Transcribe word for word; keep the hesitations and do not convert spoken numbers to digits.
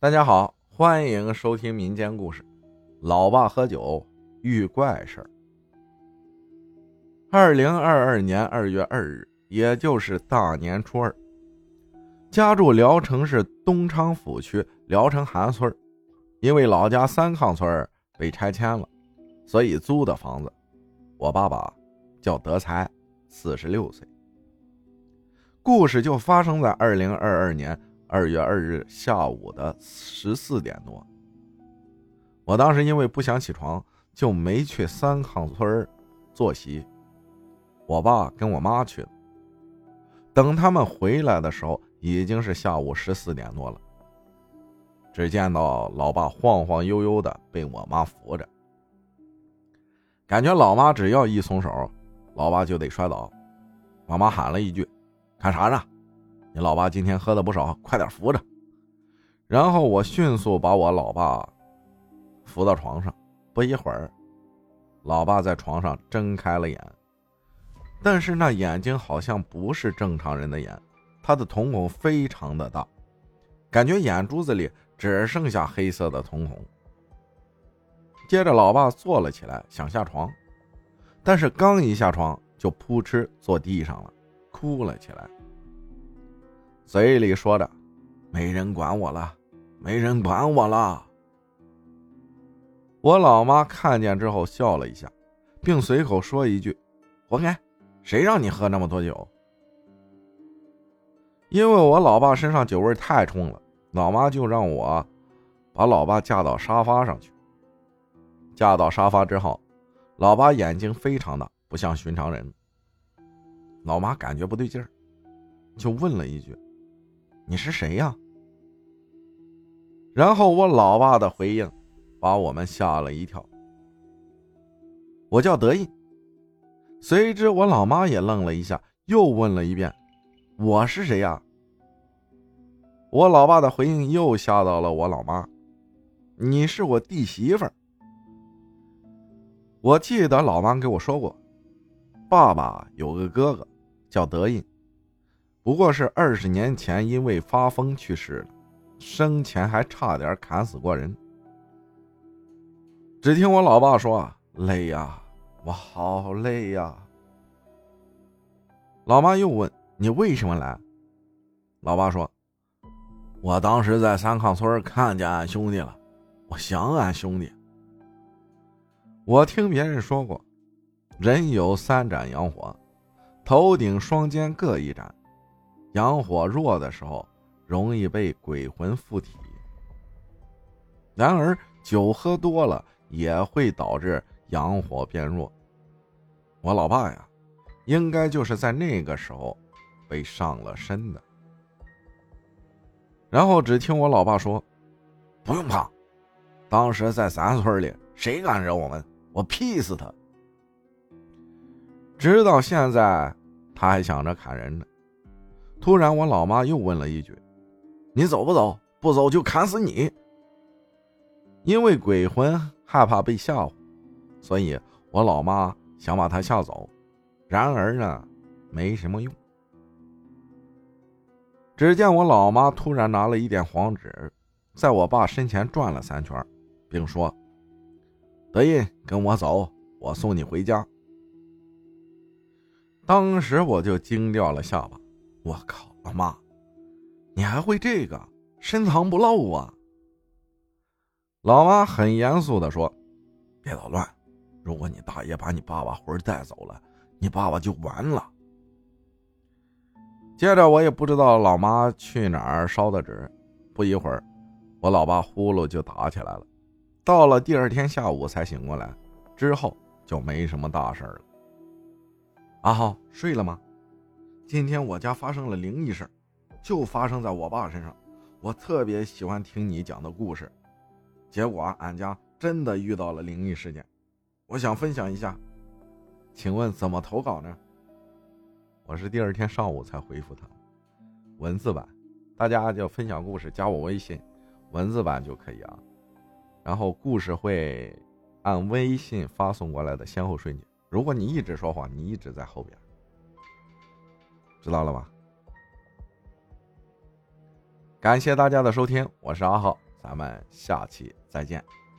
大家好，欢迎收听民间故事。老爸喝酒遇怪事儿。二零二二年二月二日，也就是大年初二，家住聊城市东昌府区聊城韩村，因为老家三炕村被拆迁了，所以租的房子。我爸爸叫德才，四十六岁。故事就发生在二零二二年二月二日下午的十四点多。我当时因为不想起床，就没去三炕村坐席，我爸跟我妈去了。等他们回来的时候，已经是下午十四点多了。只见到老爸晃晃悠悠的被我妈扶着，感觉老妈只要一松手，老爸就得摔倒。我妈喊了一句：“看啥呢？你老爸今天喝的不少，快点扶着。”然后我迅速把我老爸扶到床上，不一会儿，老爸在床上睁开了眼，但是那眼睛好像不是正常人的眼，他的瞳孔非常的大，感觉眼珠子里只剩下黑色的瞳孔。接着老爸坐了起来，想下床，但是刚一下床就扑哧坐地上了，哭了起来，嘴里说着：“没人管我了，没人管我了。”我老妈看见之后笑了一下，并随口说一句：“活该，谁让你喝那么多酒？”因为我老爸身上酒味太冲了，老妈就让我把老爸架到沙发上去。架到沙发之后，老爸眼睛非常大，不像寻常人。老妈感觉不对劲儿，就问了一句：“你是谁呀？”然后我老爸的回应把我们吓了一跳：“我叫德印。”随之我老妈也愣了一下，又问了一遍：“我是谁呀？”我老爸的回应又吓到了我老妈：“你是我弟媳妇儿。”我记得老妈给我说过，爸爸有个哥哥叫德印，不过是二十年前因为发疯去世了，生前还差点砍死过人。只听我老爸说：“累呀，我好累呀。”老妈又问：“你为什么来？”老爸说：“我当时在三炕村看见俺兄弟了，我想俺兄弟。”我听别人说过，人有三盏阳火，头顶双肩各一盏，阳火弱的时候容易被鬼魂附体，然而酒喝多了也会导致阳火变弱。我老爸呀，应该就是在那个时候被上了身的。然后只听我老爸说：“不用怕，当时在咱村里谁敢惹我们，我劈死他。”直到现在他还想着砍人呢。突然我老妈又问了一句：“你走不走？不走就砍死你。”因为鬼魂害怕被吓唬，所以我老妈想把他吓走，然而呢，没什么用。只见我老妈突然拿了一点黄纸，在我爸身前转了三圈，并说：“德印，跟我走，我送你回家。”当时我就惊掉了下巴，我靠，老妈，你还会这个，深藏不露啊！老妈很严肃地说：“别捣乱，如果你大爷把你爸爸魂带走了，你爸爸就完了。”接着我也不知道老妈去哪儿烧的纸，不一会儿我老爸呼噜就打起来了，到了第二天下午才醒过来，之后就没什么大事了。阿浩睡了吗？今天我家发生了灵异事，就发生在我爸身上，我特别喜欢听你讲的故事，结果俺家真的遇到了灵异事件，我想分享一下，请问怎么投稿呢？我是第二天上午才回复他，文字版，大家就分享故事加我微信，文字版就可以啊。然后故事会按微信发送过来的先后顺序，如果你一直说话，你一直在后边，知道了吧？感谢大家的收听，我是阿浩， 咱们下期再见。